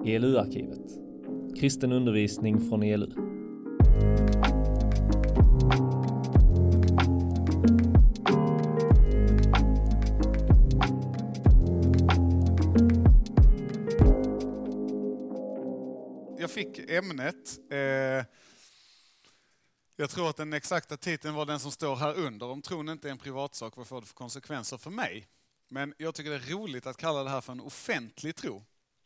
ELU-arkivet. Kristen undervisning från ELU. Jag fick ämnet. Jag tror att den exakta titeln var den som står här under. Om tron inte är en privatsak, vad får det för konsekvenser för mig? Men jag tycker det är roligt att kalla det här för en offentlig tro.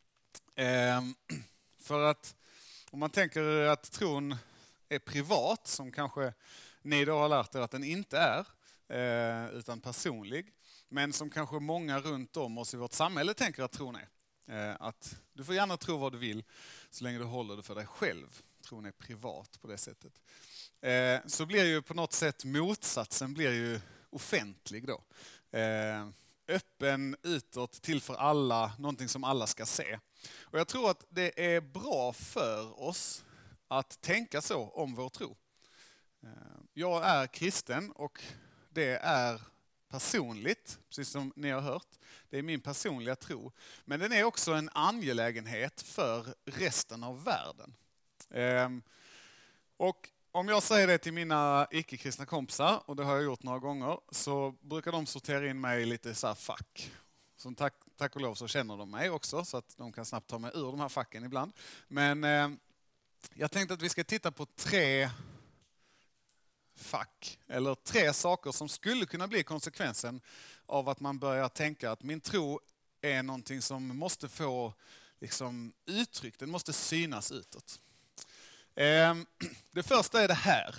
För att om man tänker att tron är privat, som kanske ni då har lärt er att den inte är, utan personlig, men som kanske många runt om oss i vårt samhälle tänker att tron är. Att du får gärna tro vad du vill så länge du håller det för dig själv. Tron är privat på det sättet. Så blir ju på något sätt motsatsen blir ju offentlig då. Öppen utåt, till för alla, någonting som alla ska se. Och jag tror att det är bra för oss att tänka så om vår tro. Jag är kristen och det är personligt, precis som ni har hört. Det är min personliga tro. Men den är också en angelägenhet för resten av världen. Och om jag säger det till mina icke-kristna kompisar, och det har jag gjort några gånger, så brukar de sortera in mig i lite så här fack. Som tack och lov så känner de mig också, så att de kan snabbt ta mig ur de här facken ibland. Men jag tänkte att vi ska titta på 3 fack, eller 3 saker som skulle kunna bli konsekvensen av att man börjar tänka att min tro är någonting som måste få liksom uttryck, den måste synas utåt. Det första är det här.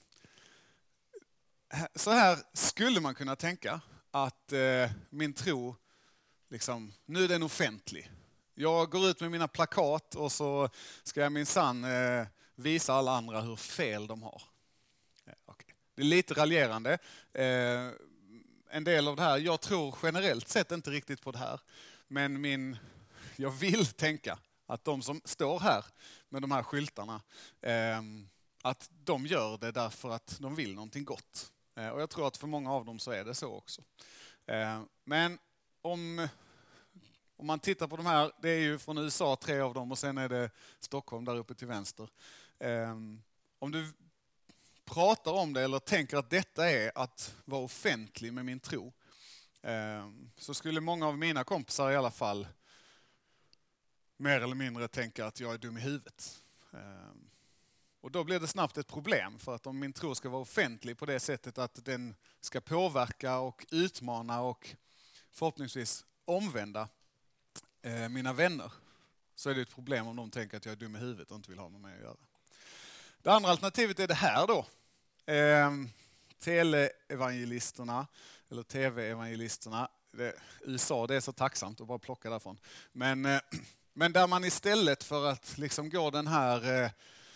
Så här skulle man kunna tänka att min tro, liksom, nu är den offentlig. Jag går ut med mina plakat och så ska jag minsann visa alla andra hur fel de har. Okay. Det är lite raljerande. En del av det här, jag tror generellt sett inte riktigt på det här. Men jag vill tänka att de som står här med de här skyltarna, att de gör det därför att de vill någonting gott. Och jag tror att för många av dem så är det så också. Men om man tittar på de här, det är ju från USA 3 av dem och sen är det Stockholm där uppe till vänster. Om du pratar om det eller tänker att detta är att vara offentlig med min tro, så skulle många av mina kompisar i alla fall mer eller mindre tänka att jag är dum i huvudet. Och då blir det snabbt ett problem, för att om min tro ska vara offentlig på det sättet att den ska påverka och utmana och förhoppningsvis omvända mina vänner, så är det ett problem om de tänker att jag är dum i huvudet och inte vill ha något med att göra. Det andra alternativet är det här då. Teleevangelisterna eller tv-evangelisterna. USA, det är så tacksamt att bara plocka därifrån. Men där man istället för att liksom gå den här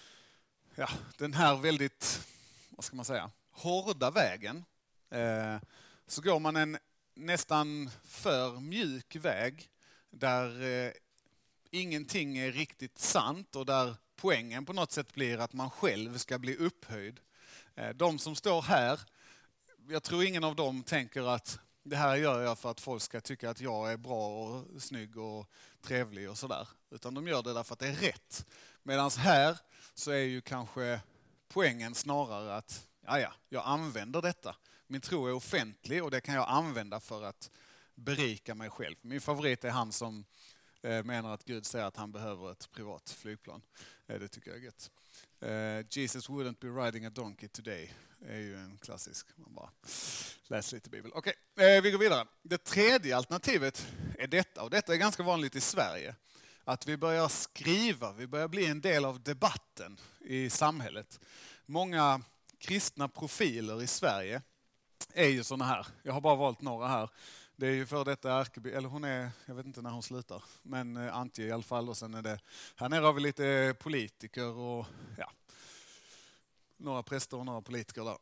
väldigt, vad ska man säga, hårda vägen, så går man en nästan för mjuk väg där ingenting är riktigt sant och där poängen på något sätt blir att man själv ska bli upphöjd. De som står här, jag tror ingen av dem tänker att det här gör jag för att folk ska tycka att jag är bra och snygg och trevlig och sådär. Utan de gör det därför att det är rätt. Medan här så är ju kanske poängen snarare att jag använder detta. Min tro är offentlig och det kan jag använda för att berika mig själv. Min favorit är han som menar att Gud säger att han behöver ett privat flygplan. Det tycker jag är gött. Jesus wouldn't be riding a donkey today. Det är ju en klassisk. Man bara läser lite Bibel. Okej, vi går vidare. Det tredje alternativet är detta. Och detta är ganska vanligt i Sverige. Att vi börjar skriva, vi börjar bli en del av debatten i samhället. Många kristna profiler i Sverige är ju såna här. Jag har bara valt några här. Det är ju för detta ärkeby, eller hon är, jag vet inte när hon slutar, men Antje i alla fall. Och sen är det, här nere har vi lite politiker och några präster och några politiker där.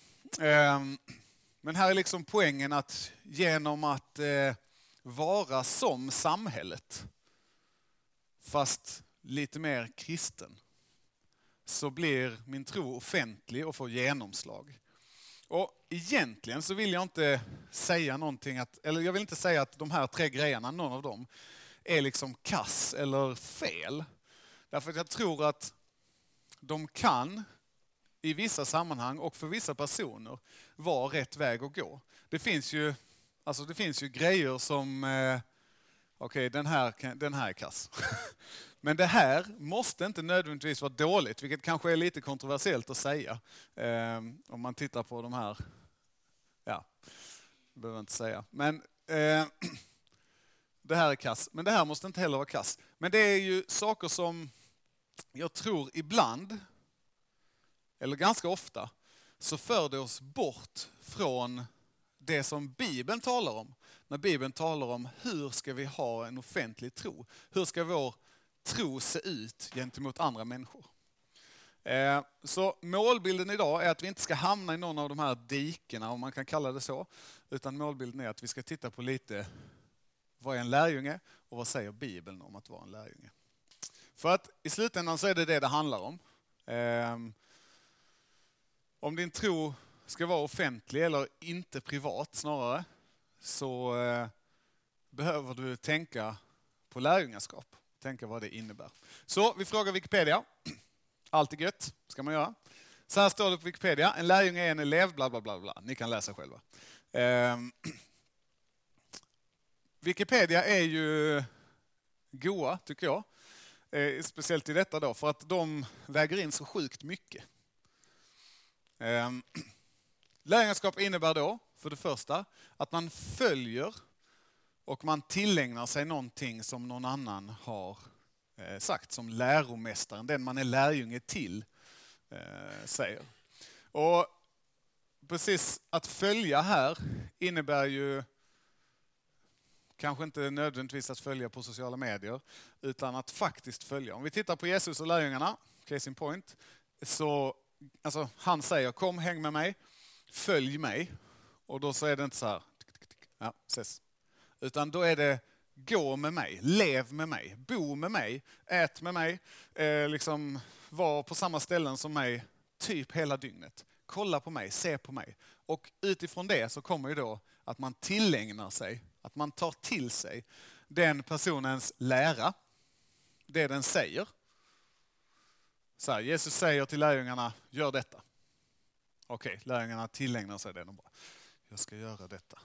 Men här är liksom poängen att genom att vara som samhället, fast lite mer kristen, så blir min tro offentlig och får genomslag. Och egentligen så vill jag inte säga någonting, eller jag vill inte säga att de här 3 grejerna, någon av dem, är liksom kass eller fel. Därför att jag tror att de kan i vissa sammanhang och för vissa personer vara rätt väg att gå. Det finns ju grejer som, den här är kass. Men det här måste inte nödvändigtvis vara dåligt, vilket kanske är lite kontroversiellt att säga. Om man tittar på de här, det behöver jag inte säga. Men det här är kass, men det här måste inte heller vara kass. Men det är ju saker som jag tror ibland, eller ganska ofta, så för det oss bort från det som Bibeln talar om. När Bibeln talar om hur ska vi ha en offentlig tro? Hur ska vår tro se ut gentemot andra människor? Så målbilden idag är att vi inte ska hamna i någon av de här dikena, om man kan kalla det så. Utan målbilden är att vi ska titta på lite, vad är en lärjunge och vad säger Bibeln om att vara en lärjunge? För att i slutändan så är det handlar om. Om din tro ska vara offentlig eller inte privat snarare, så behöver du tänka på lärjungaskap. Tänka vad det innebär. Så vi frågar Wikipedia. Allt är gött, ska man göra. Så här står det på Wikipedia. En lärjunge är en elev, bla bla bla bla. Ni kan läsa själva. Wikipedia är ju goa, tycker jag. Speciellt i detta då, för att de väger in så sjukt mycket. Lärjungaskap innebär då, för det första, att man följer och man tillägnar sig någonting som någon annan har sagt, som läromästaren, den man är lärjunge till, säger. Och precis att följa här innebär ju kanske inte nödvändigtvis att följa på sociala medier, utan att faktiskt följa. Om vi tittar på Jesus och lärjungarna, case in point, så han säger kom, häng med mig, följ mig. Och då så är det inte så här, ja, ses. Utan då är det gå med mig, lev med mig, bo med mig, ät med mig, var på samma ställen som mig typ hela dygnet. Kolla på mig, se på mig. Och utifrån det så kommer ju då att man tillägnar sig, att man tar till sig den personens lära, det den säger. Så här, Jesus säger till lärjungarna, gör detta. Okej, lärjungarna tillägnar sig det. De bara, jag ska göra detta.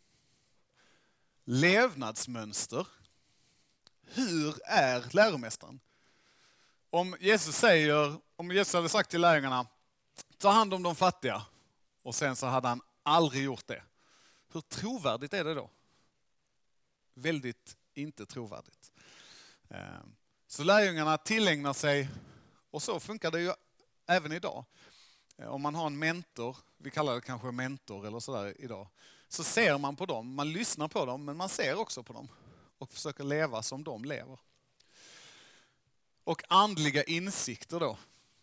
Levnadsmönster. Hur är läromästaren? Om Jesus hade sagt till lärjungarna, ta hand om de fattiga, och sen så hade han aldrig gjort det. Hur trovärdigt är det då? Väldigt inte trovärdigt. Så lärjungarna tillägnar sig, och så funkar det ju även idag. Om man har en mentor, vi kallar det kanske mentor eller sådär idag, så ser man på dem, man lyssnar på dem, men man ser också på dem och försöker leva som de lever. Och andliga insikter då.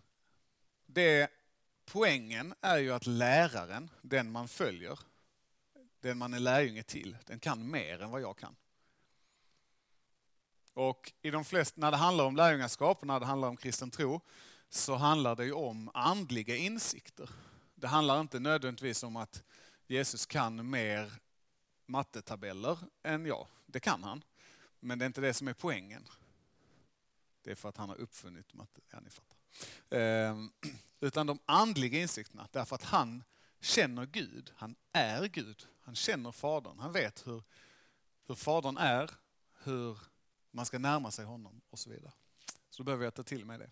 Poängen är ju att läraren, den man följer, den man är lärjunge till, den kan mer än vad jag kan. Och i de flesta, när det handlar om lärjungaskap, när det handlar om kristen tro, så handlar det ju om andliga insikter. Det handlar inte nödvändigtvis om att Jesus kan mer mattetabeller än jag. Det kan han. Men det är inte det som är poängen. Det är för att han har uppfunnit matte. Ja, ni fattar. Utan de andliga insikterna. Därför att han känner Gud. Han är Gud. Han känner Fadern. Han vet hur Fadern är. Hur man ska närma sig honom och så vidare. Så då behöver jag ta till mig det.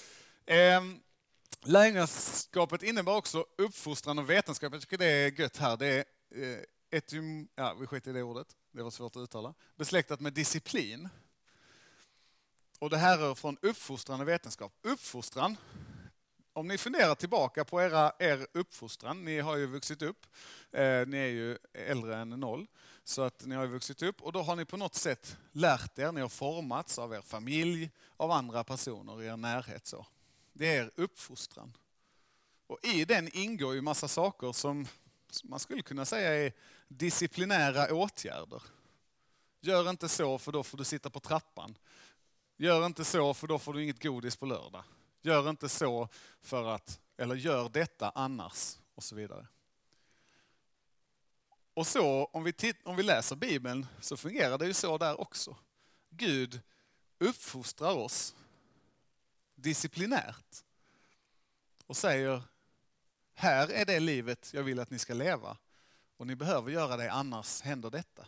Lärjungaskapet innebär också uppfostran och vetenskap. Jag tycker det är gött här. Det är vi skiter i det ordet. Det var svårt att uttala. Besläktat med disciplin. Och det här är från uppfostran och vetenskap. Uppfostran, om ni funderar tillbaka på er uppfostran, ni har ju vuxit upp, ni är ju äldre än 0, så att ni har ju vuxit upp och då har ni på något sätt lärt er, ni har formats av er familj, av andra personer i er närhet. Så. Det är er uppfostran. Och i den ingår ju massa saker som man skulle kunna säga är disciplinära åtgärder. Gör inte så för då får du sitta på trappan. Gör inte så för då får du inget godis på lördag. Gör inte så eller gör detta annars och så vidare. Och så om vi läser Bibeln så fungerar det ju så där också. Gud uppfostrar oss disciplinärt och säger, här är det livet jag vill att ni ska leva och ni behöver göra det, annars händer detta.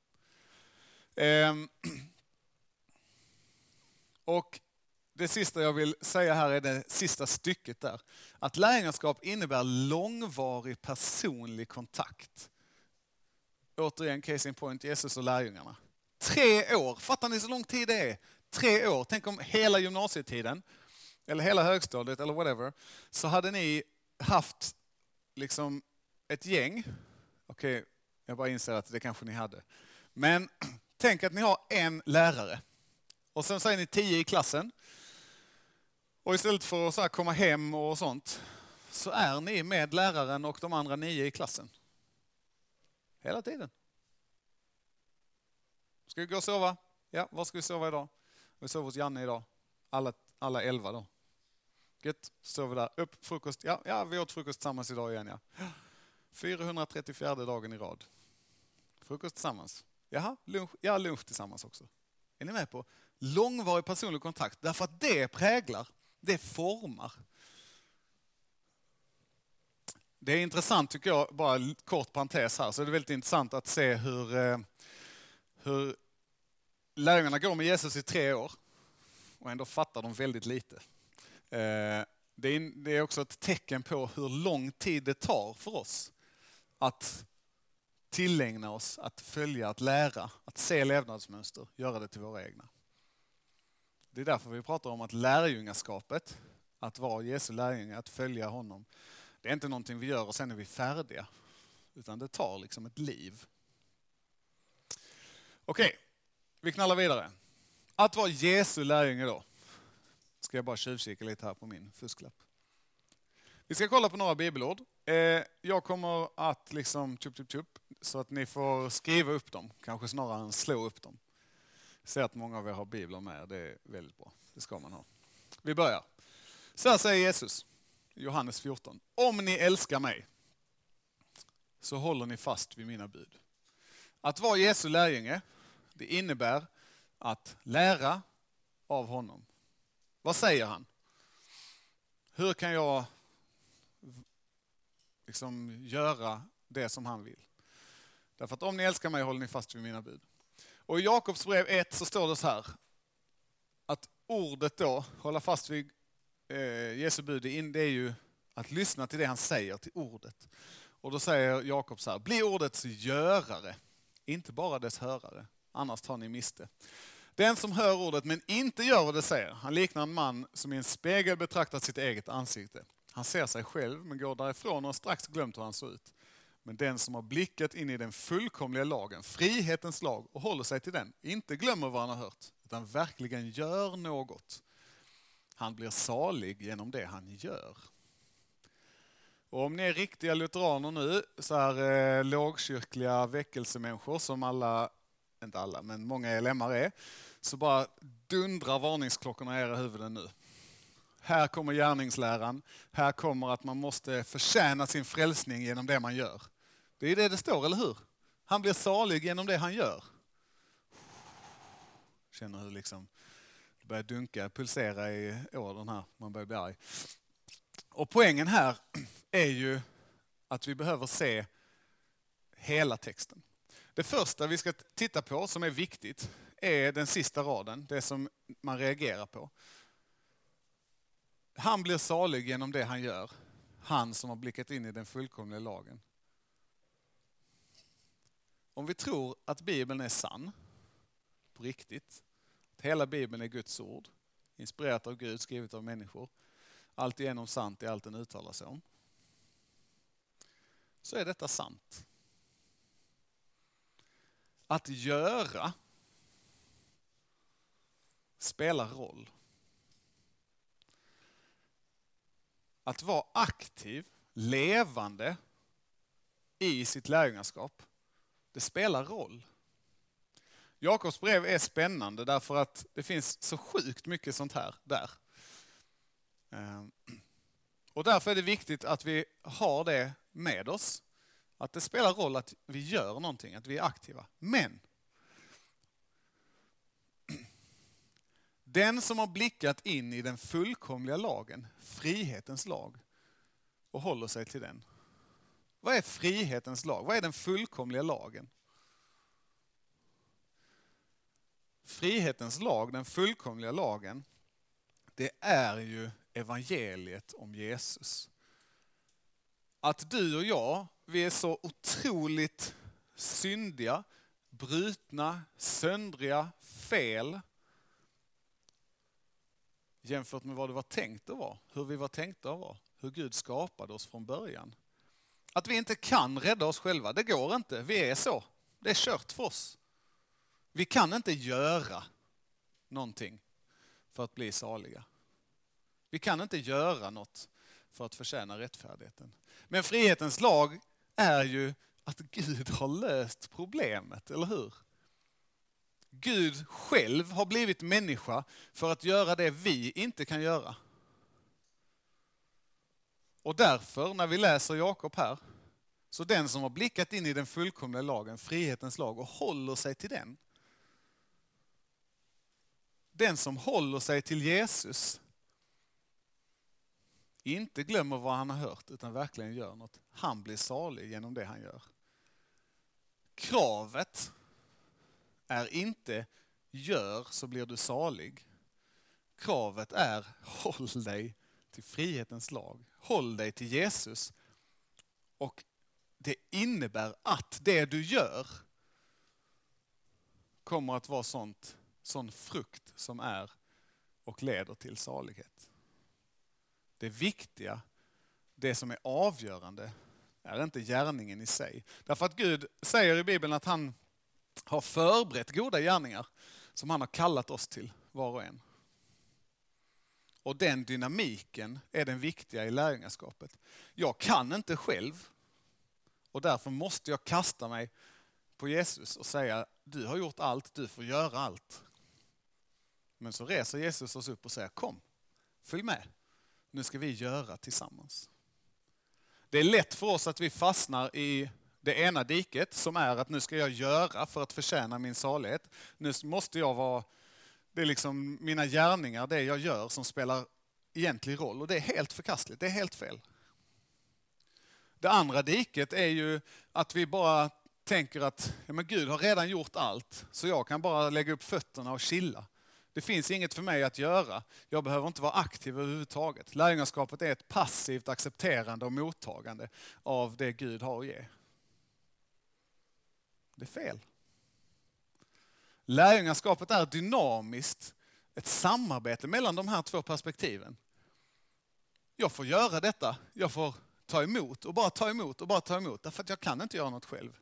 Och det sista jag vill säga här är det sista stycket där. Att lärjungaskap innebär långvarig personlig kontakt. Återigen, case in point, Jesus och lärjungarna. 3 år, fattar ni så lång tid det är? 3 år, tänk om hela gymnasietiden, eller hela högstadiet eller whatever, så hade ni haft liksom ett gäng. Okej, jag bara inser att det kanske ni hade. Men tänk att ni har en lärare. Och sen så är ni 10 i klassen. Och istället för att så här komma hem och sånt, så är ni med läraren och de andra 9 i klassen. Hela tiden. Ska vi gå och sova? Ja, var ska vi sova idag? Vi sover hos Janne idag. Alla 11 då. Gött, sover där. Upp, frukost. Ja, vi åt frukost tillsammans idag igen. Ja. 434 dagen i rad. Frukost tillsammans. Jaha, lunch tillsammans också. Är ni med på? Långvarig personlig kontakt. Därför att det präglar, det formar. Det är intressant tycker jag, bara en kort parentes här, så det är väldigt intressant att se hur lärjungarna går med Jesus i 3 år och ändå fattar de väldigt lite. Det är också ett tecken på hur lång tid det tar för oss att tillägna oss, att följa, att lära, att se levnadsmönster, göra det till våra egna. Det är därför vi pratar om att lärjungaskapet, att vara Jesu lärjunge, att följa honom, det är inte någonting vi gör och sen är vi färdiga, utan det tar liksom ett liv. Okej, vi knallar vidare. Att vara Jesu lärjunge då, ska jag bara tjuvkika lite här på min fusklapp. Vi ska kolla på några bibelord. Jag kommer att liksom så att ni får skriva upp dem, kanske snarare än slå upp dem. Jag ser att många av er har biblar med, det är väldigt bra. Det ska man ha. Vi börjar. Så här säger Jesus, Johannes 14. Om ni älskar mig så håller ni fast vid mina bud. Att vara Jesu lärjunge, det innebär att lära av honom. Vad säger han? Hur kan jag liksom göra det som han vill? Därför att om ni älskar mig håller ni fast vid mina bud. Och i Jakobs brev 1 så står det så här, att ordet då, hålla fast vid Jesu bud, det är ju att lyssna till det han säger, till ordet. Och då säger Jakob så här, bli ordets görare, inte bara dess hörare, annars tar ni miste. Den som hör ordet men inte gör vad det säger, han liknar en man som i en spegel betraktar sitt eget ansikte. Han ser sig själv men går därifrån och strax glömt hur han såg ut. Men den som har blickat in i den fullkomliga lagen, frihetens lag, och håller sig till den, inte glömmer vad han har hört, utan verkligen gör något. Han blir salig genom det han gör. Och om ni är riktiga lutheraner nu, så här lågkyrkliga väckelsemänniskor som alla, inte alla, men många LM:ar är, så bara dundrar varningsklockorna i era huvuden nu. Här kommer gärningsläran, här kommer att man måste förtjäna sin frälsning genom det man gör. Det är det står, eller hur? Han blir salig genom det han gör. Känner hur liksom det börjar dunka, pulsera i ådern här, man börjar bli arg. Och poängen här är ju att vi behöver se hela texten. Det första vi ska titta på som är viktigt är den sista raden, det som man reagerar på. Han blir salig genom det han gör, han som har blickat in i den fullkomliga lagen. Om vi tror att Bibeln är sann, på riktigt, att hela Bibeln är Guds ord, inspirerat av Gud, skrivet av människor, allt igenom sant i allt den uttalar sig om, så är detta sant. Att göra spelar roll. Att vara aktiv, levande i sitt lärjungaskap, det spelar roll. Jakobs brev är spännande därför att det finns så sjukt mycket sånt här där. Och därför är det viktigt att vi har det med oss. Att det spelar roll att vi gör någonting, att vi är aktiva. Men Den som har blickat in i den fullkomliga lagen, frihetens lag, och håller sig till den. Vad är frihetens lag? Vad är den fullkomliga lagen? Frihetens lag, den fullkomliga lagen, det är ju evangeliet om Jesus. Att du och jag, vi är så otroligt syndiga, brutna, söndriga, fel jämfört med vad det var tänkt att vara, hur vi var tänkta att vara, hur Gud skapade oss från början. Att vi inte kan rädda oss själva, det går inte, vi är så. Det är kört för oss. Vi kan inte göra någonting för att bli saliga. Vi kan inte göra något för att förtjäna rättfärdigheten. Men frihetens lag är ju att Gud har löst problemet, eller hur? Gud själv har blivit människa för att göra det vi inte kan göra. Och därför, när vi läser Jakob här, så den som har blickat in i den fullkomliga lagen, frihetens lag, och håller sig till den. Den som håller sig till Jesus, inte glömmer vad han har hört utan verkligen gör något. Han blir salig genom det han gör. Kravet är inte gör så blir du salig. Kravet är håll dig till frihetens lag. Håll dig till Jesus. Och det innebär att det du gör kommer att vara sån frukt som är och leder till salighet. Det viktiga, det som är avgörande, är inte gärningen i sig. Därför att Gud säger i Bibeln att han har förberett goda gärningar som han har kallat oss till, var och en. Och den dynamiken är den viktiga i lärjungaskapet. Jag kan inte själv och därför måste jag kasta mig på Jesus och säga, du har gjort allt, du får göra allt. Men så reser Jesus oss upp och säger, kom, följ med. Nu ska vi göra tillsammans. Det är lätt för oss att vi fastnar i det ena diket som är att nu ska jag göra för att förtjäna min salighet. Nu måste jag vara, det är liksom mina gärningar, det jag gör som spelar egentlig roll. Och det är helt förkastligt, det är helt fel. Det andra diket är ju att vi bara tänker att ja, men Gud har redan gjort allt så jag kan bara lägga upp fötterna och chilla. Det finns inget för mig att göra. Jag behöver inte vara aktiv överhuvudtaget. Lärjungaskapet är ett passivt accepterande och mottagande av det Gud har att ge. Det är fel. Lärjungaskapet är dynamiskt, ett samarbete mellan de här två perspektiven. Jag får göra detta, jag får ta emot och bara ta emot och bara ta emot därför att jag kan inte göra något själv.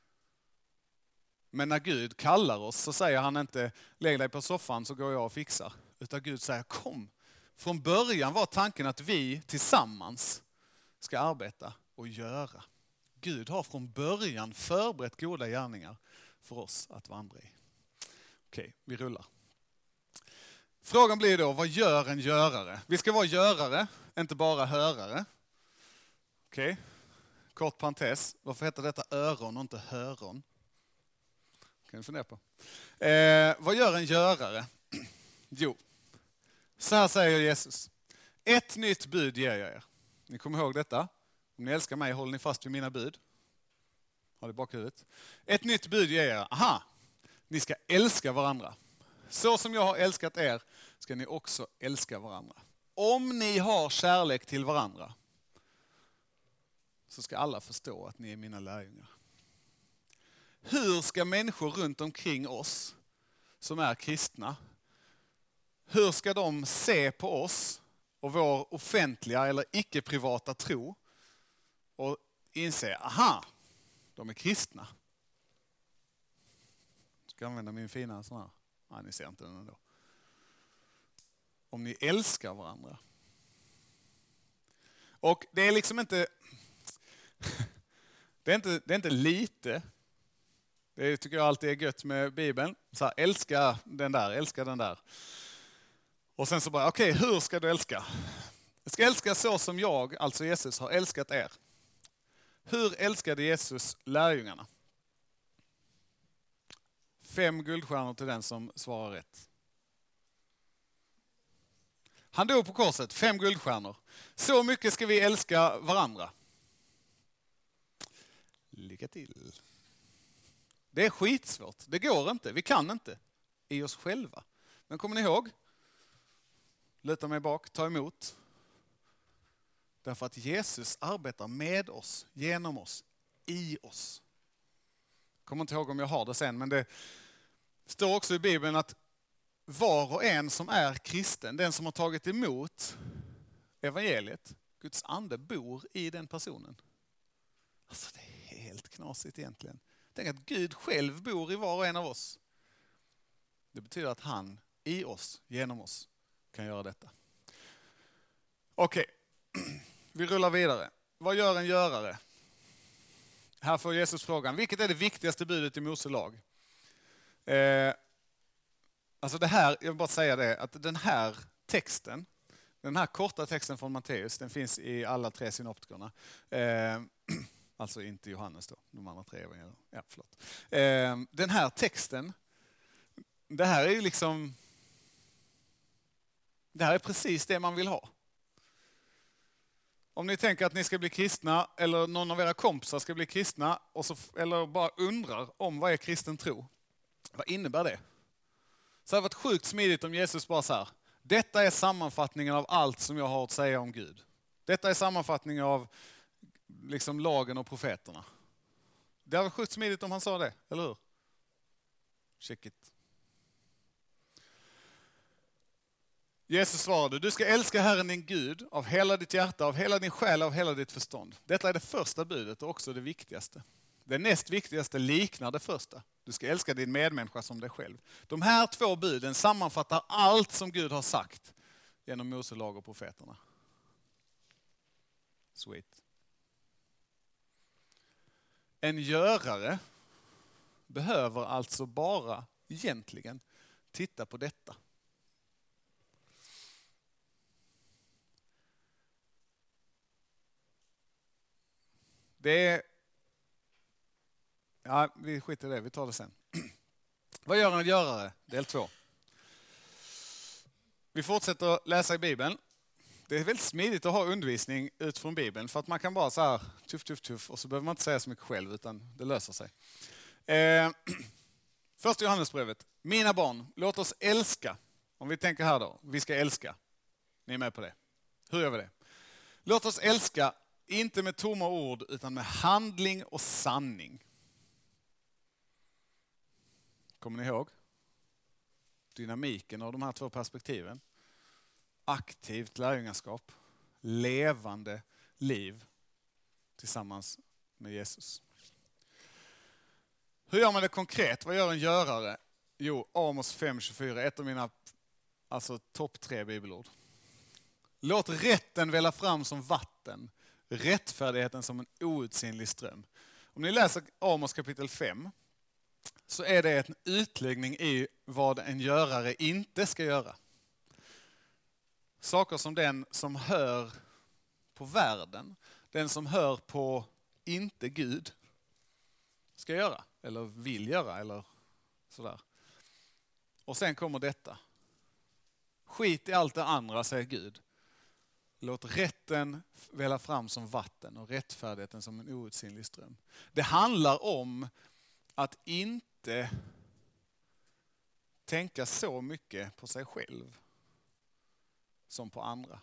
Men när Gud kallar oss så säger han inte lägg dig på soffan så går jag och fixar. Utan Gud säger kom. Från början var tanken att vi tillsammans ska arbeta och göra. Gud har från början förberett goda gärningar för oss att vandra i. Okej, vi rullar. Frågan blir då, vad gör en görare? Vi ska vara görare, inte bara hörare. Okej, kort parentes. Varför heter detta öron och inte höron? Kan du fundera på. Vad gör en görare? Jo, så här säger Jesus. Ett nytt bud ger jag er. Ni kommer ihåg detta. Om ni älskar mig håller ni fast vid mina bud. Har det i bakhuvudet. Ett nytt bud ger jag er. Aha, ni ska älska varandra. Så som jag har älskat er ska ni också älska varandra. Om ni har kärlek till varandra så ska alla förstå att ni är mina lärjungar. Hur ska människor runt omkring oss som är kristna, hur ska de se på oss och vår offentliga eller icke-privata tro och inse, aha, de är kristna. Jag ska använda min fina sån här. Nej, ni ser inte den ändå. Om ni älskar varandra. Och det är liksom inte, det är inte lite. Det tycker jag alltid är gött med Bibeln. Så här, älska den där, älska den där. Och sen så bara, okej, hur ska du älska? Jag ska älska så som jag, alltså Jesus, har älskat er. Hur älskade Jesus lärjungarna? 5 guldstjärnor till den som svarar rätt. Han dog på korset, 5 guldstjärnor. Så mycket ska vi älska varandra. Lycka till. Det är skitsvårt. Det går inte. Vi kan inte i oss själva. Men kommer ni ihåg? Luta mig bak, ta emot. Därför att Jesus arbetar med oss, genom oss, i oss. Kommer inte ihåg om jag har det sen, men det står också i Bibeln att var och en som är kristen, den som har tagit emot evangeliet, Guds ande bor i den personen. Alltså det är helt knasigt egentligen. Tänk att Gud själv bor i var och en av oss. Det betyder att han i oss, genom oss, kan göra detta. Okej, vi rullar vidare. Vad gör en görare? Här får Jesus frågan, vilket är det viktigaste budet i Mose lag? Alltså det här, jag vill bara säga det, att den här texten, den här korta texten från Matteus, den finns i alla 3 synoptikerna. Alltså inte Johannes då, de andra 3 evangelierna. Ja, förlåt. Den här texten, det här är ju liksom, det här är precis det man vill ha. Om ni tänker att ni ska bli kristna, eller någon av era kompisar ska bli kristna, eller bara undrar om vad är kristen tro? Vad innebär det? Så det har varit sjukt smidigt om Jesus bara så här, detta är sammanfattningen av allt som jag har att säga om Gud. Detta är sammanfattningen av liksom lagen och profeterna. Det har varit sjukt smidigt om han sa det, eller hur? Check it. Jesus svarade, du ska älska Herren din Gud av hela ditt hjärta, av hela din själ, av hela ditt förstånd. Detta är det första budet och också det viktigaste. Det näst viktigaste liknar det första. Du ska älska din medmänniska som dig själv. De här 2 buden sammanfattar allt som Gud har sagt genom Mose lag och profeterna. Sweet. En görare behöver alltså bara egentligen titta på detta. Det är... Ja, vi skiter i det. Vi tar det sen. Vad gör en görare? Del 2. Vi fortsätter läsa i Bibeln. Det är väldigt smidigt att ha undervisning ut från Bibeln. För att man kan bara så här tuff. Och så behöver man inte säga så mycket själv utan det löser sig. Första Johannesbrevet. Mina barn, låt oss älska. Om vi tänker här då. Vi ska älska. Ni är med på det? Hur gör vi det? Låt oss älska. Inte med tomma ord utan med handling och sanning. Kommer ni ihåg? Dynamiken av de här 2 perspektiven. Aktivt lärjungaskap. Levande liv tillsammans med Jesus. Hur gör man det konkret? Vad gör en görare? Jo, Amos 5:24, ett av mina topp 3 bibelord. Låt rätten välla fram som vatten. Rättfärdigheten som en outsinlig ström. Om ni läser Amos kapitel 5 så är det en utläggning i vad en görare inte ska göra. Saker som den som hör på världen, den som hör på inte Gud ska göra eller vill göra eller sådär. Och sen kommer detta. Skit i allt det andra, säger Gud. Låt rätten välla fram som vatten och rättfärdigheten som en outsinlig ström. Det handlar om att inte tänka så mycket på sig själv som på andra.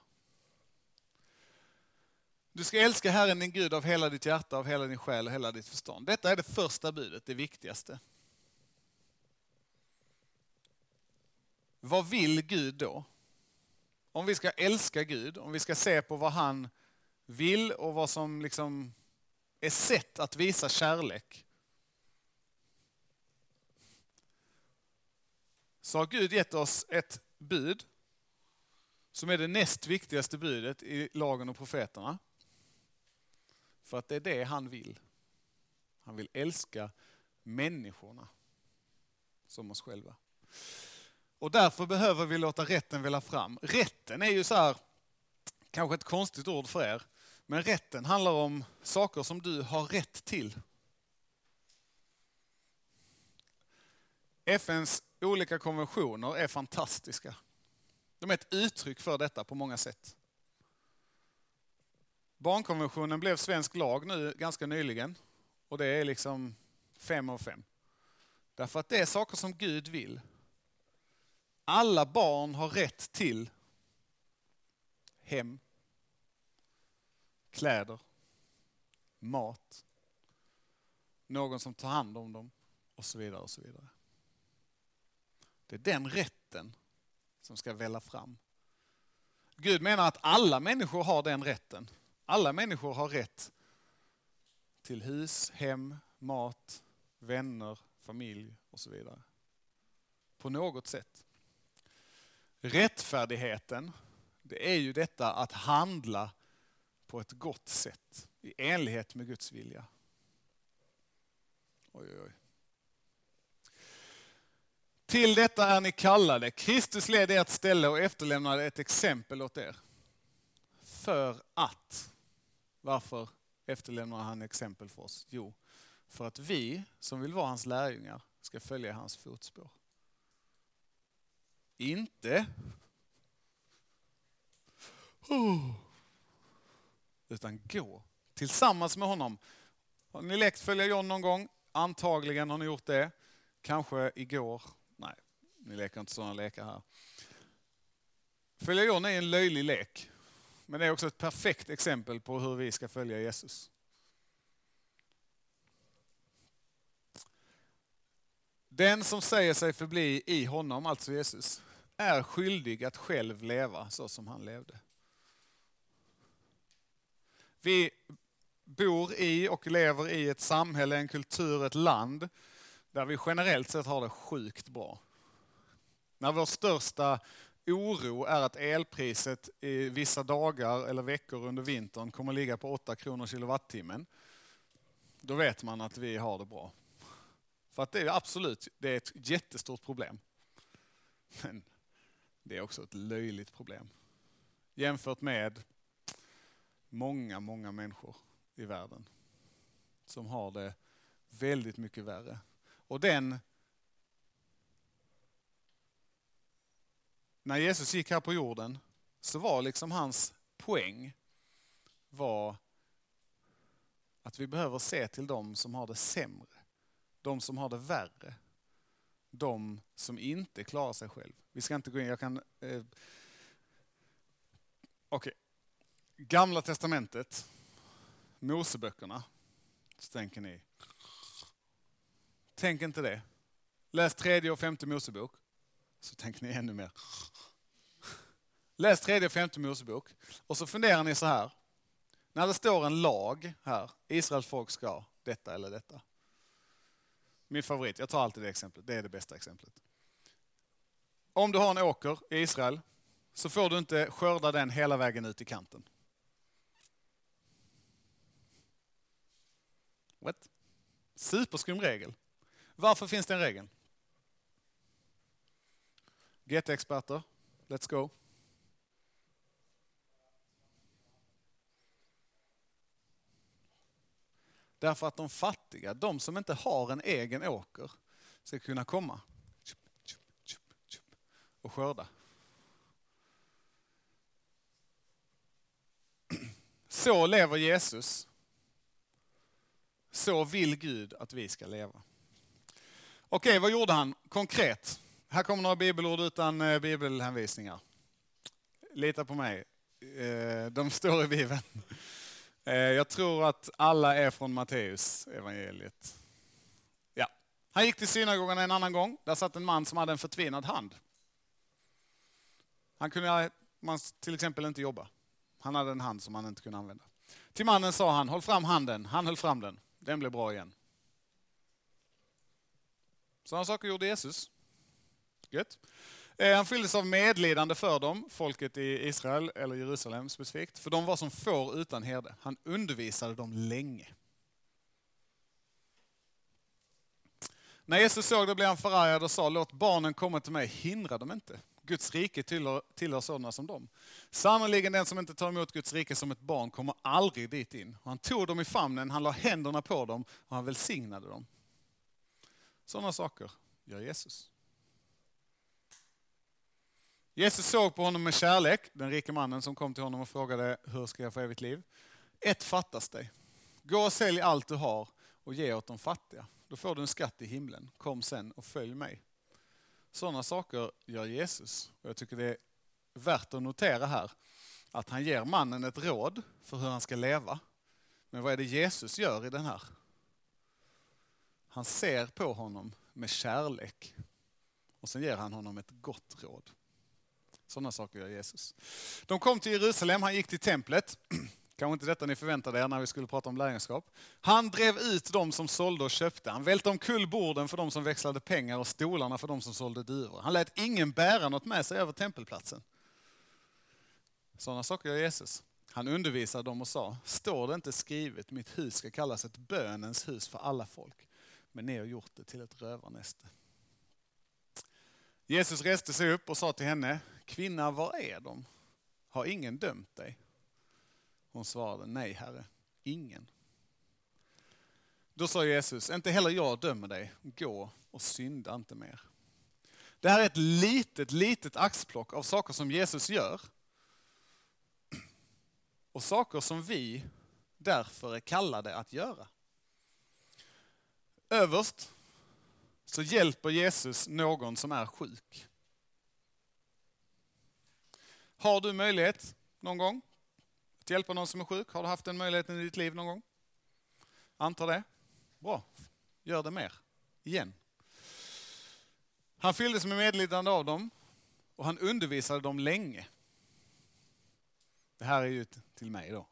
Du ska älska Herren din Gud av hela ditt hjärta, av hela din själ och hela ditt förstånd. Detta är det första budet, det viktigaste. Vad vill Gud då? Om vi ska älska Gud, om vi ska se på vad han vill och vad som liksom är sätt att visa kärlek. Så har Gud gett oss ett bud som är det näst viktigaste budet i lagen och profeterna. För att det är det han vill. Han vill älska människorna som oss själva. Och därför behöver vi låta rätten välla fram. Rätten är ju så här, kanske ett konstigt ord för er. Men rätten handlar om saker som du har rätt till. FNs olika konventioner är fantastiska. De är ett uttryck för detta på många sätt. Barnkonventionen blev svensk lag nu ganska nyligen. Och det är liksom 5 av 5. Därför att det är saker som Gud vill. Alla barn har rätt till hem, kläder, mat, någon som tar hand om dem och så vidare och så vidare. Det är den rätten som ska välla fram. Gud menar att alla människor har den rätten. Alla människor har rätt till hus, hem, mat, vänner, familj och så vidare. På något sätt. Rättfärdigheten, det är ju detta att handla på ett gott sätt. I enlighet med Guds vilja. Oj, oj, oj. Till detta är ni kallade. Kristus led ert ställe och efterlämnade ett exempel åt er. För att. Varför efterlämnar han exempel för oss? Jo, för att vi som vill vara hans lärjungar ska följa hans fotspår. Inte. Utan gå tillsammans med honom. Har ni lekt följa John någon gång? Antagligen har ni gjort det. Kanske igår. Nej, ni leker inte sådana lekar här. Följa John är en löjlig lek. Men det är också ett perfekt exempel på hur vi ska följa Jesus. Den som säger sig förbli i honom, alltså Jesus, är skyldig att själv leva så som han levde. Vi bor i och lever i ett samhälle, en kultur, ett land där vi generellt sett har det sjukt bra. När vår största oro är att elpriset i vissa dagar eller veckor under vintern kommer att ligga på 8 kronor kilowattimmen, då vet man att vi har det bra. För att det är absolut, det är ett jättestort problem. Men det är också ett löjligt problem. Jämfört med många människor i världen som har det väldigt mycket värre. Och när Jesus gick här på jorden så var liksom hans poäng var att vi behöver se till dem som har det sämre. De som har det värre. De som inte klarar sig själv. Vi ska inte gå in, jag kan... Okej. Gamla testamentet, Moseböckerna, så tänker ni. Tänk inte det. Läs 3:e och 5:e Mosebok, så tänker ni ännu mer. Läs 3:e och 5:e Mosebok, och så funderar ni så här. När det står en lag här, Israels folk ska detta eller detta. Min favorit, jag tar alltid det exemplet, det är det bästa exemplet. Om du har en åker i Israel så får du inte skörda den hela vägen ut i kanten. What? Superskum regel. Varför finns det en regel? GT-experter, let's go. Därför att de fattiga, de som inte har en egen åker, ska kunna komma och skörda. Så lever Jesus. Så vill Gud att vi ska leva. Okej, vad gjorde han konkret? Här kommer några bibelord utan bibelhänvisningar. Lita på mig. De står i Bibeln. Jag tror att alla är från Matteus evangeliet. Ja. Han gick till synagogan en annan gång. Där satt en man som hade en förtvinad hand. Han kunde till exempel inte jobba. Han hade en hand som han inte kunde använda. Till mannen sa han, håll fram handen. Han höll fram den. Den blev bra igen. Sådana saker gjorde Jesus. Gött. Han fylldes av medlidande för dem, folket i Israel eller Jerusalem specifikt. För de var som får utan herde. Han undervisade dem länge. När Jesus såg det blev han förargad och sa, låt barnen komma till mig, hindra dem inte. Guds rike tillhör sådana som dem. Sannoliken den som inte tar emot Guds rike som ett barn kommer aldrig dit in. Och han tog dem i famnen, han la händerna på dem och han välsignade dem. Sådana saker gör Jesus. Jesus såg på honom med kärlek, den rike mannen som kom till honom och frågade, hur ska jag få evigt liv? Ett fattas dig. Gå och sälj allt du har och ge åt de fattiga. Då får du en skatt i himlen. Kom sen och följ mig. Sådana saker gör Jesus. Och jag tycker det är värt att notera här att han ger mannen ett råd för hur han ska leva. Men vad är det Jesus gör i den här? Han ser på honom med kärlek och sen ger han honom ett gott råd. Sådana saker gör Jesus. De kom till Jerusalem, han gick till templet. Kanske inte detta ni förväntade er när vi skulle prata om lärjungaskap. Han drev ut de som sålde och köpte. Han välte omkull borden för de som växlade pengar och stolarna för de som sålde duvor. Han lät ingen bära något med sig över tempelplatsen. Sådana saker gör Jesus. Han undervisade dem och sa, står det inte skrivet, mitt hus ska kallas ett bönens hus för alla folk. Men ni har gjort det till ett rövarnäste. Jesus reste sig upp och sa till henne, kvinna, var är de? Har ingen dömt dig? Hon svarade, nej herre, ingen. Då sa Jesus, inte heller jag dömer dig, gå och synda inte mer. Det här är ett litet axplock av saker som Jesus gör. Och saker som vi därför är kallade att göra. Överst så hjälper Jesus någon som är sjuk. Har du möjlighet någon gång att hjälpa någon som är sjuk? Har du haft den möjligheten i ditt liv någon gång? Antar det. Bra, gör det mer. Igen. Han fylldes med medlidande av dem och han undervisade dem länge. Det här är ju till mig då.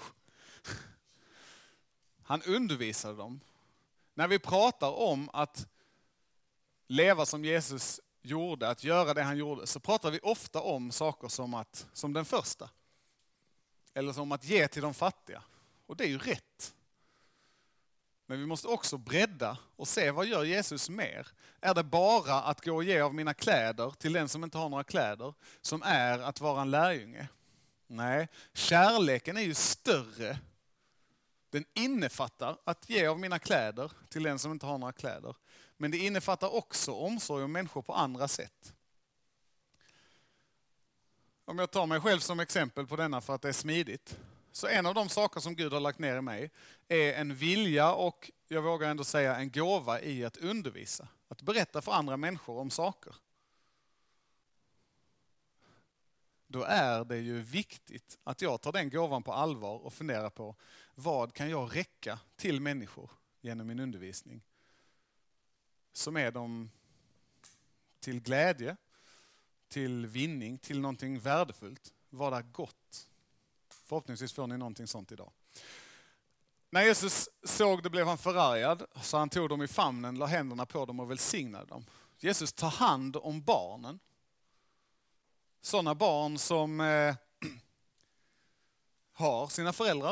Han undervisade dem. När vi pratar om att leva som Jesus gjorde, att göra det han gjorde, så pratar vi ofta om saker som den första. Eller som att ge till de fattiga. Och det är ju rätt. Men vi måste också bredda och se, vad gör Jesus mer? Är det bara att gå och ge av mina kläder till den som inte har några kläder, som är att vara en lärjunge? Nej, kärleken är ju större. Den innefattar att ge av mina kläder till den som inte har några kläder. Men det innefattar också omsorg om människor på andra sätt. Om jag tar mig själv som exempel på denna för att det är smidigt. Så en av de saker som Gud har lagt ner i mig är en vilja och jag vågar ändå säga en gåva i att undervisa. Att berätta för andra människor om saker. Då är det ju viktigt att jag tar den gåvan på allvar och funderar på vad kan jag räcka till människor genom min undervisning som är dem till glädje, till vinning, till någonting värdefullt. Vad är gott? Förhoppningsvis får ni någonting sånt idag. När Jesus såg det blev han förargad, så han tog dem i famnen, la händerna på dem och välsignade dem. Jesus tar hand om barnen. Sådana barn som har sina föräldrar.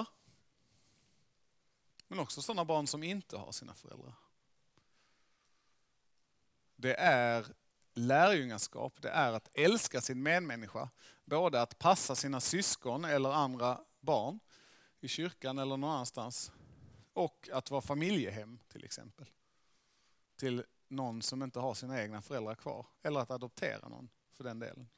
Men också sådana barn som inte har sina föräldrar. Det är lärjungaskap, det är att älska sin medmänniska. Både att passa sina syskon eller andra barn i kyrkan eller någon annanstans. Och att vara familjehem till exempel. Till någon som inte har sina egna föräldrar kvar. Eller att adoptera någon för den delen.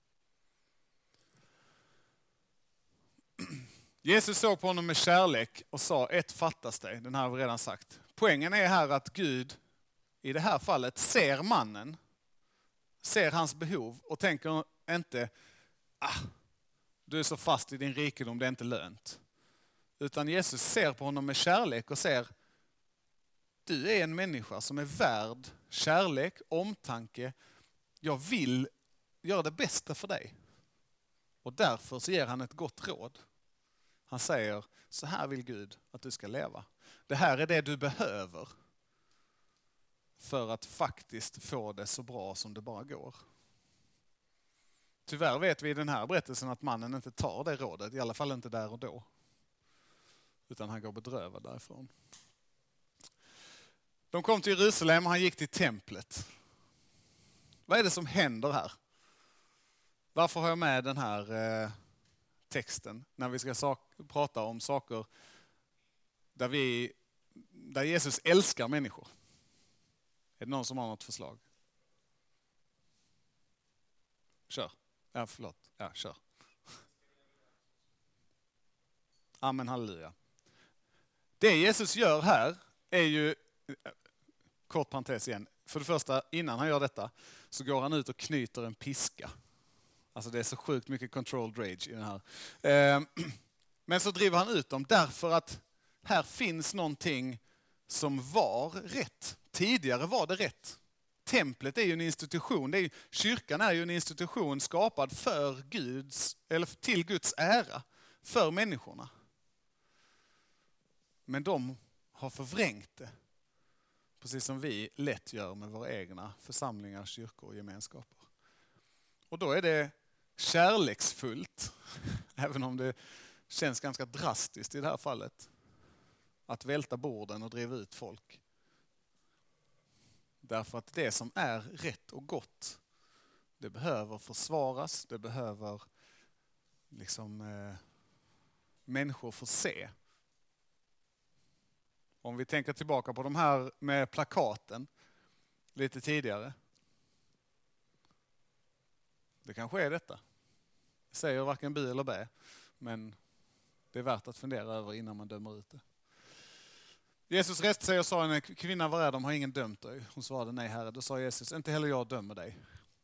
Jesus såg på honom med kärlek och sa, ett fattas dig. Den här har vi redan sagt. Poängen är här att Gud i det här fallet ser mannen, ser hans behov och tänker inte, du är så fast i din rikedom, det är inte lönt. Utan Jesus ser på honom med kärlek och ser, du är en människa som är värd kärlek, omtanke. Jag vill göra det bästa för dig. Och därför så ger han ett gott råd. Han säger, så här vill Gud att du ska leva. Det här är det du behöver för att faktiskt få det så bra som det bara går. Tyvärr vet vi i den här berättelsen att mannen inte tar det rådet, i alla fall inte där och då. Utan han går bedrövad därifrån. De kom till Jerusalem och han gick till templet. Vad är det som händer här? Varför har jag med den här texten när vi ska prata om saker där Jesus älskar människor? Är det någon som har något förslag? Kör. Ja, förlåt. Ja, kör. Amen, halleluja. Det Jesus gör här är ju, kort parentes igen, för det första, innan han gör detta, så går han ut och knyter en piska. Alltså det är så sjukt mycket controlled rage i den här. Men så driver han ut dem därför att här finns någonting som var rätt. Tidigare var det rätt. Templet är ju en institution, kyrkan är ju en institution skapad för till Guds ära, för människorna. Men de har förvrängt det, precis som vi lätt gör med våra egna församlingar, kyrkor och gemenskaper. Och då är det kärleksfullt, även om det känns ganska drastiskt i det här fallet, att välta borden och driva ut folk. Därför att det som är rätt och gott, det behöver försvaras, det behöver människor få se. Om vi tänker tillbaka på de här med plakaten lite tidigare. Det kanske är detta. Jag säger varken bu eller bä, men det är värt att fundera över innan man dömer ut det. Jesus reste sig och sa en kvinna, var är de? Har ingen dömt dig? Hon svarade nej, Herre. Då sa Jesus, inte heller jag dömer dig.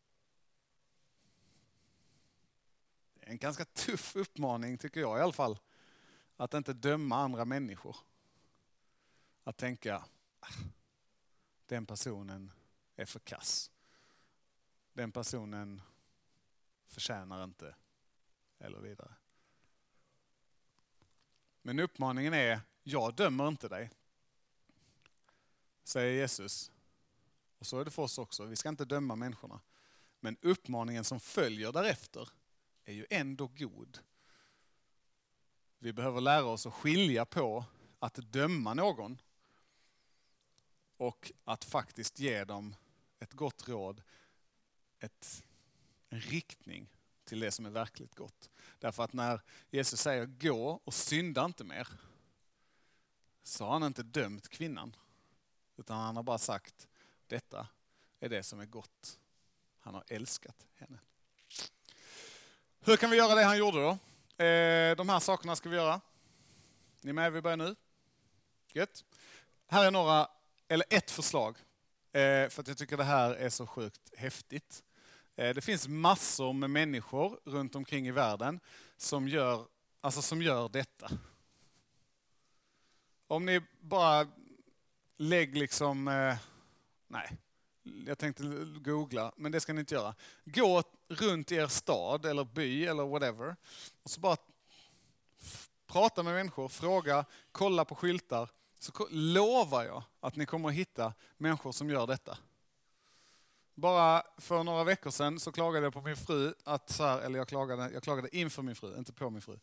Det är en ganska tuff uppmaning tycker jag i alla fall. Att inte döma andra människor. Att tänka, den personen är för kass. Den personen förtjänar inte, eller vidare. Men uppmaningen är, jag dömer inte dig, säger Jesus. Och så är det för oss också, vi ska inte döma människorna. Men uppmaningen som följer därefter är ju ändå god. Vi behöver lära oss att skilja på att döma någon och att faktiskt ge dem ett gott råd, en riktning till det som är verkligt gott. Därför att när Jesus säger gå och synda inte mer, så har han inte dömt kvinnan. Utan han har bara sagt, detta är det som är gott. Han har älskat henne. Hur kan vi göra det han gjorde då? De här sakerna ska vi göra. Ni är med, vi börjar nu. Gött. Här är ett förslag. För att jag tycker det här är så sjukt häftigt. Det finns massor med människor runt omkring i världen som gör detta. Om ni bara jag tänkte googla, men det ska ni inte göra. Gå runt i er stad eller by eller whatever och så bara prata med människor, fråga, kolla på skyltar, så lovar jag att ni kommer att hitta människor som gör detta. Bara för några veckor sedan så klagade jag på min fru jag klagade inför min fru, inte på min fru,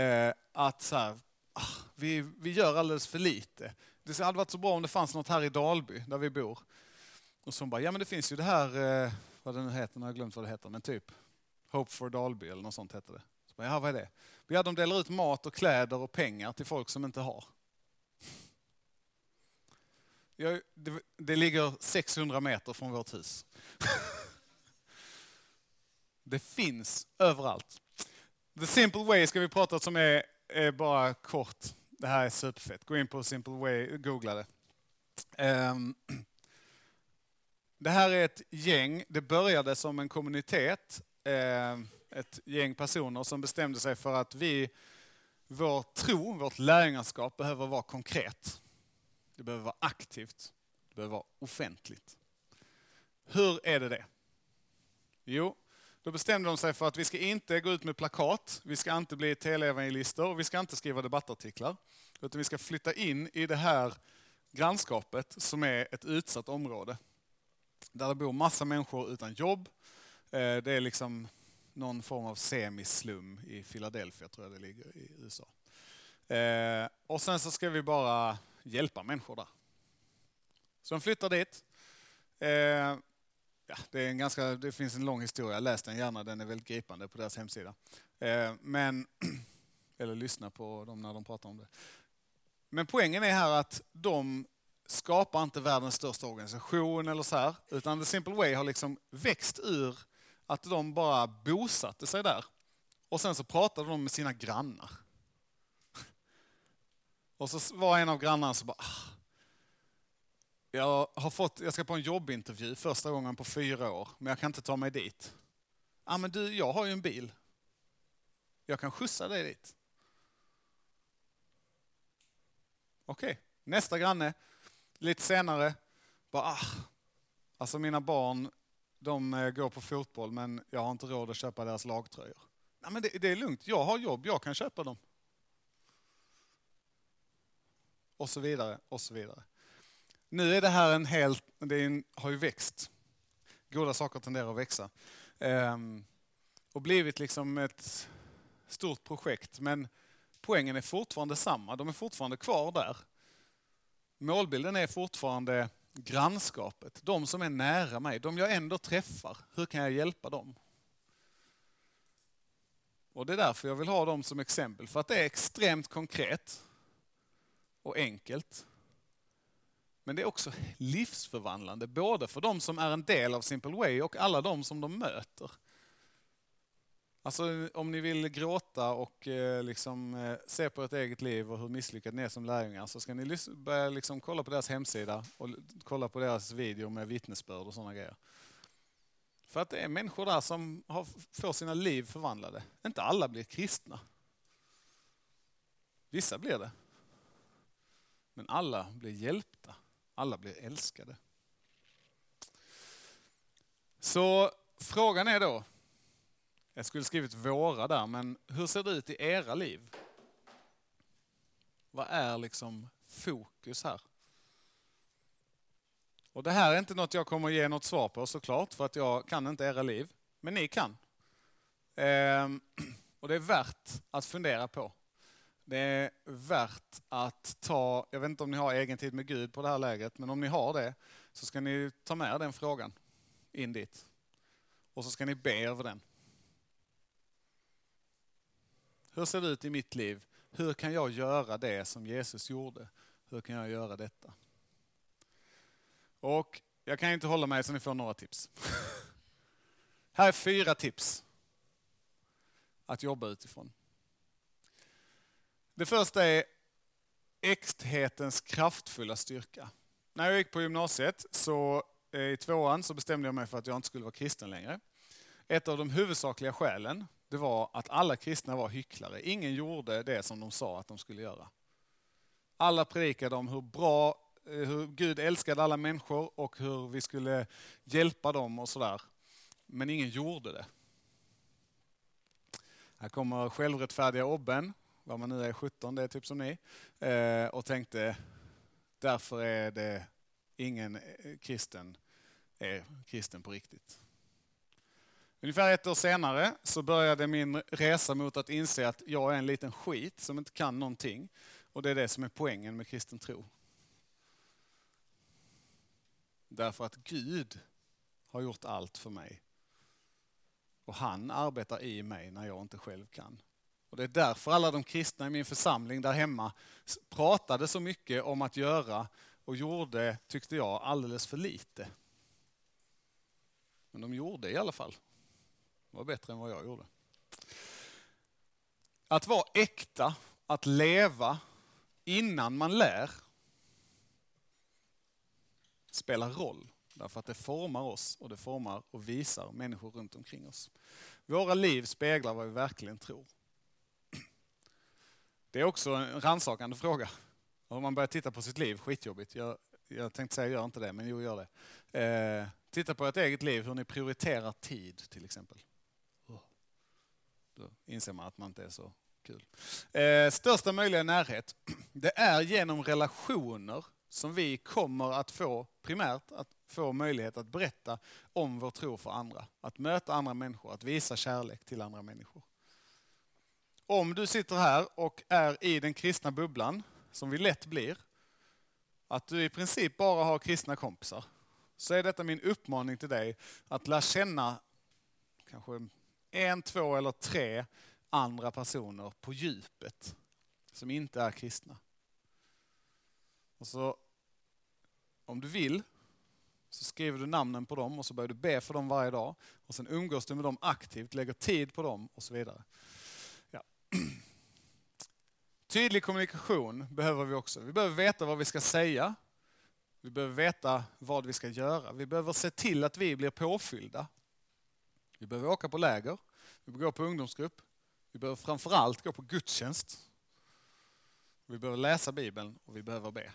vi gör alldeles för lite. Det hade varit så bra om det fanns något här i Dalby där vi bor. Och så bara, ja men det finns ju det här, vad det nu heter, jag har glömt vad det heter, men typ Hope for Dalby eller något sånt heter det. Så bara, ja vad är det? Ja, de delar ut mat och kläder och pengar till folk som inte har. Det ligger 600 meter från vårt hus. Det finns överallt. The Simple Way ska vi prata om, som är bara kort. Det här är superfett. Gå in på Simple Way, googla det. Det här är ett gäng, det började som en kommunitet, ett gäng personer som bestämde sig för att vårt lärjungaskap behöver vara konkret. Det behöver vara aktivt, det behöver vara offentligt. Hur är det? Jo, då bestämde de sig för att vi ska inte gå ut med plakat, vi ska inte bli teleevangelister och vi ska inte skriva debattartiklar. Utan vi ska flytta in i det här grannskapet som är ett utsatt område. Där det bor massa människor utan jobb. Det är liksom någon form av semislum i Philadelphia, tror jag det ligger i USA. Och sen så ska vi bara hjälpa människor där. Så de flyttar dit. Det finns en lång historia, läs den gärna, den är väldigt gripande på deras hemsida. Eller lyssna på dem när de pratar om det. Men poängen är här att de skapar inte världens största organisation eller så här, utan The Simple Way har liksom växt ur att de bara bosatte sig där. Och sen så pratade de med sina grannar. Och så var en av grannarna så bara, jag ska på en jobbintervju första gången på 4 år, men jag kan inte ta mig dit. Men du, jag har ju en bil. Jag kan skjutsa dig dit. Okej. Nästa granne, lite senare, bara, alltså mina barn, de går på fotboll, men jag har inte råd att köpa deras lagtröjor. Nej, men det är lugnt, jag har jobb, jag kan köpa dem. Och så vidare, och så vidare. Nu är det här har ju växt. Goda saker tenderar att växa. Och blivit liksom ett stort projekt, men poängen är fortfarande samma. De är fortfarande kvar där. Målbilden är fortfarande grannskapet. De som är nära mig, de jag ändå träffar. Hur kan jag hjälpa dem? Och det är därför jag vill ha dem som exempel. För att det är extremt konkret och enkelt. Men det är också livsförvandlande. Både för de som är en del av Simple Way och alla de som de möter. Alltså om ni vill gråta och se på ert eget liv och hur misslyckade ni är som lärjungar, så ska ni börja kolla på deras hemsida och kolla på deras video med vittnesbörd och sådana grejer. För att det är människor där som får sina liv förvandlade. Inte alla blir kristna. Vissa blir det. Men alla blir hjälpta. Alla blir älskade. Så frågan är då, jag skulle skrivit våra där, men hur ser det ut i era liv? Vad är fokus här? Och det här är inte något jag kommer att ge något svar på såklart, för att jag kan inte era liv. Men ni kan. Och det är värt att fundera på. Det är värt att jag vet inte om ni har egen tid med Gud på det här läget, men om ni har det så ska ni ta med den frågan in dit. Och så ska ni be över den. Hur ser det ut i mitt liv? Hur kan jag göra det som Jesus gjorde? Hur kan jag göra detta? Och jag kan inte hålla mig så ni får några tips. Här är 4 tips att jobba utifrån. Det första är äkthetens kraftfulla styrka. När jag gick på gymnasiet så i 2:an så bestämde jag mig för att jag inte skulle vara kristen längre. Ett av de huvudsakliga skälen, det var att alla kristna var hycklare. Ingen gjorde det som de sa att de skulle göra. Alla predikade om hur Gud älskade alla människor och hur vi skulle hjälpa dem och sådär. Men ingen gjorde det. Här kommer självrättfärdiga Obben, vad man nu är 17, det är typ som ni, och tänkte, därför är det ingen kristen på riktigt. Ungefär 1 år senare så började min resa mot att inse att jag är en liten skit som inte kan någonting. Och det är det som är poängen med kristen tro. Därför att Gud har gjort allt för mig. Och han arbetar i mig när jag inte själv kan. Och det är därför alla de kristna i min församling där hemma pratade så mycket om att göra och gjorde, tyckte jag, alldeles för lite. Men de gjorde i alla fall. Det var bättre än vad jag gjorde. Att vara äkta, att leva innan man lär, spelar roll. Därför att det formar oss och det formar och visar människor runt omkring oss. Våra liv speglar vad vi verkligen tror. Det är också en rannsakande fråga. Om man börjar titta på sitt liv, skitjobbigt. Jag tänkte säga gör inte det, men gör det. Titta på ert eget liv, hur ni prioriterar tid till exempel. Då inser man att man inte är så kul. Största möjliga närhet. Det är genom relationer som vi kommer att få primärt att få möjlighet att berätta om vår tro för andra. Att möta andra människor, att visa kärlek till andra människor. Om du sitter här och är i den kristna bubblan, som vi lätt blir, att du i princip bara har kristna kompisar, så är detta min uppmaning till dig att lära känna kanske 1, 2 eller 3 andra personer på djupet som inte är kristna. Och så, om du vill, Så skriver du namnen på dem och så börjar du be för dem varje dag. Och sen umgås du med dem aktivt, lägger tid på dem och så vidare. Ja. Tydlig kommunikation behöver vi också. Vi behöver veta vad vi ska säga. Vi behöver veta vad vi ska göra. Vi behöver se till att vi blir påfyllda. Vi behöver åka på läger. Vi behöver gå på ungdomsgrupp. Vi behöver framförallt gå på gudstjänst. Vi behöver läsa Bibeln och vi behöver be.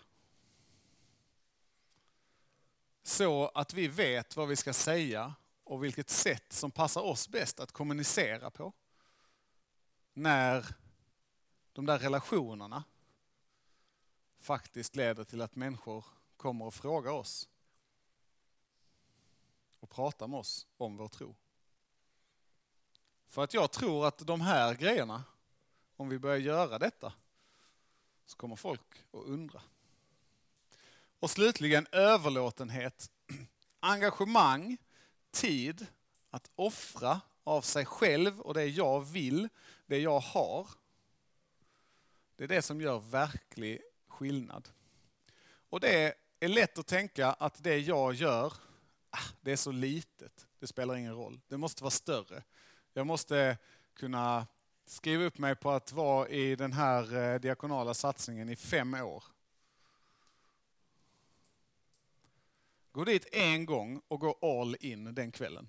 Så att vi vet vad vi ska säga och vilket sätt som passar oss bäst att kommunicera på. När de där relationerna faktiskt leder till att människor kommer och frågar oss och pratar med oss om vår tro. För att jag tror att de här grejerna, om vi börjar göra detta, så kommer folk att undra. Och slutligen överlåtenhet, engagemang, tid, att offra av sig själv och det jag vill, det jag har. Det är det som gör verklig skillnad. Och det är lätt att tänka att det jag gör, det är så litet, det spelar ingen roll. Det måste vara större. Jag måste kunna skriva upp mig på att vara i den här diakonala satsningen i 5 år. Gå dit en gång och gå all in den kvällen.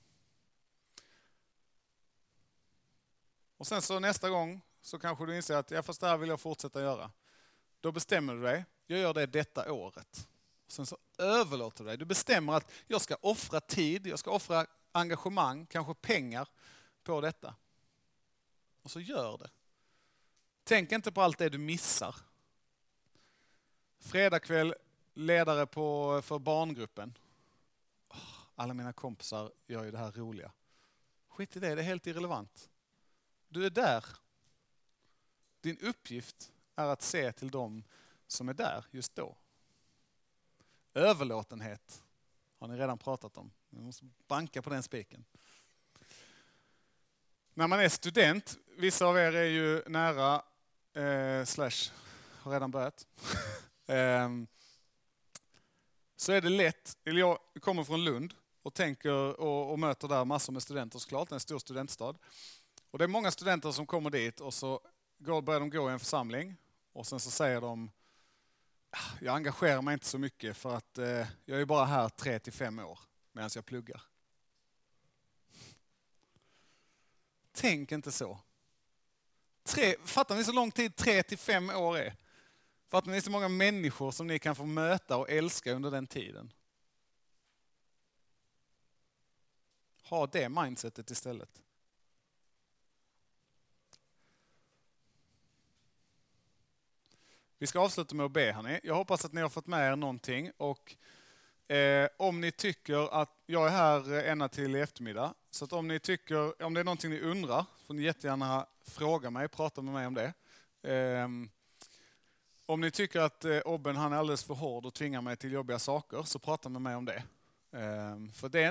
Och sen så nästa gång så kanske du inser att fast det här vill jag fortsätta göra. Då bestämmer du dig, jag gör det detta året. Och sen så överlåter du dig. Du bestämmer att jag ska offra tid, jag ska offra engagemang, kanske pengar på detta. Och så gör det. Tänk inte på allt det du missar. Fredagkväll, ledare för barngruppen. Alla mina kompisar gör ju det här roliga. Skit i det är helt irrelevant. Du är där. Din uppgift är att se till dem som är där just då. Överlåtenhet har ni redan pratat om. Ni måste banka på den spiken. När man är student, vissa av er är ju nära har redan börjat. Så är det lätt, eller jag kommer från Lund och tänker och möter där massor med studenter såklart, en stor studentstad. Och det är många studenter som kommer dit och så börjar de gå i en församling och sen så säger de jag engagerar mig inte så mycket för att jag är bara här 3-5 år medan jag pluggar. Tänk inte så. Fattar ni så lång tid 3-5 år är? Fattar ni så många människor som ni kan få möta och älska under den tiden? Ha det mindsetet istället. Vi ska avsluta med att be, hörni. Jag hoppas att ni har fått med er någonting. Och om ni tycker att jag är här ända till i eftermiddag. Så att om det är någonting ni undrar får ni jättegärna fråga mig, prata med mig om det. Om ni tycker att Obben han är alldeles för hård och tvingar mig till jobbiga saker så prata med mig om det. För det är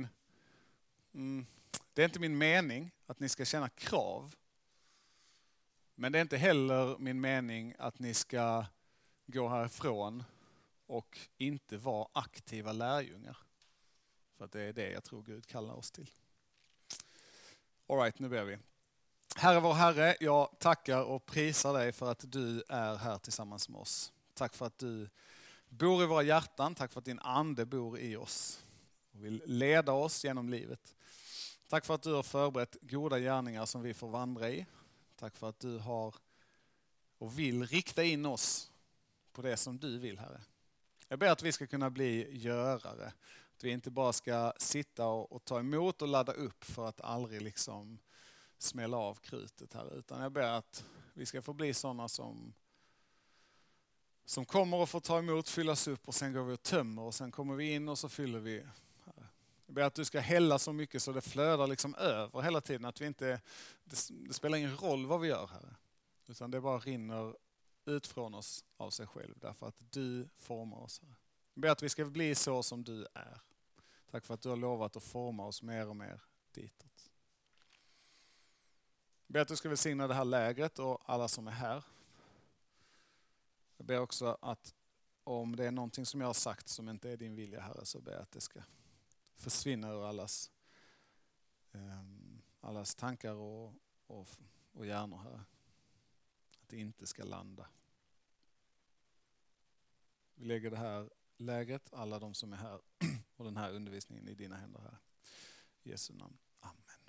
inte min mening att ni ska känna krav. Men det är inte heller min mening att ni ska gå härifrån och inte vara aktiva lärjungar. För att det är det jag tror Gud kallar oss till. All right, nu ber vi. Herre vår Herre, jag tackar och prisar dig för att du är här tillsammans med oss. Tack för att du bor i våra hjärtan, tack för att din ande bor i oss och vill leda oss genom livet. Tack för att du har förberett goda gärningar som vi får vandra i. Tack för att du har och vill rikta in oss på det som du vill, Herre. Jag ber att vi ska kunna bli görare. Att vi inte bara ska sitta och ta emot och ladda upp för att aldrig liksom smälla av krutet här. Utan jag ber att vi ska få bli sådana som kommer och får ta emot, fyllas upp och sen går vi och tömmer och sen kommer vi in och så fyller vi. Jag ber att du ska hälla så mycket så det flödar liksom över hela tiden. Att vi inte, det spelar ingen roll vad vi gör här. Utan det bara rinner ut från oss av sig själv. Därför att du formar oss här. Jag ber att vi ska bli så som du är. Tack för att du har lovat att forma oss mer och mer ditåt. Jag ber att du ska välsigna det här lägret och alla som är här. Jag ber också att om det är någonting som jag har sagt som inte är din vilja, Herre, så ber jag att det ska försvinna ur allas tankar och hjärnor, Herre. Att det inte ska landa. Vi lägger det här lägret, alla de som är här och den här undervisningen i dina händer, här. I Jesu namn. Amen.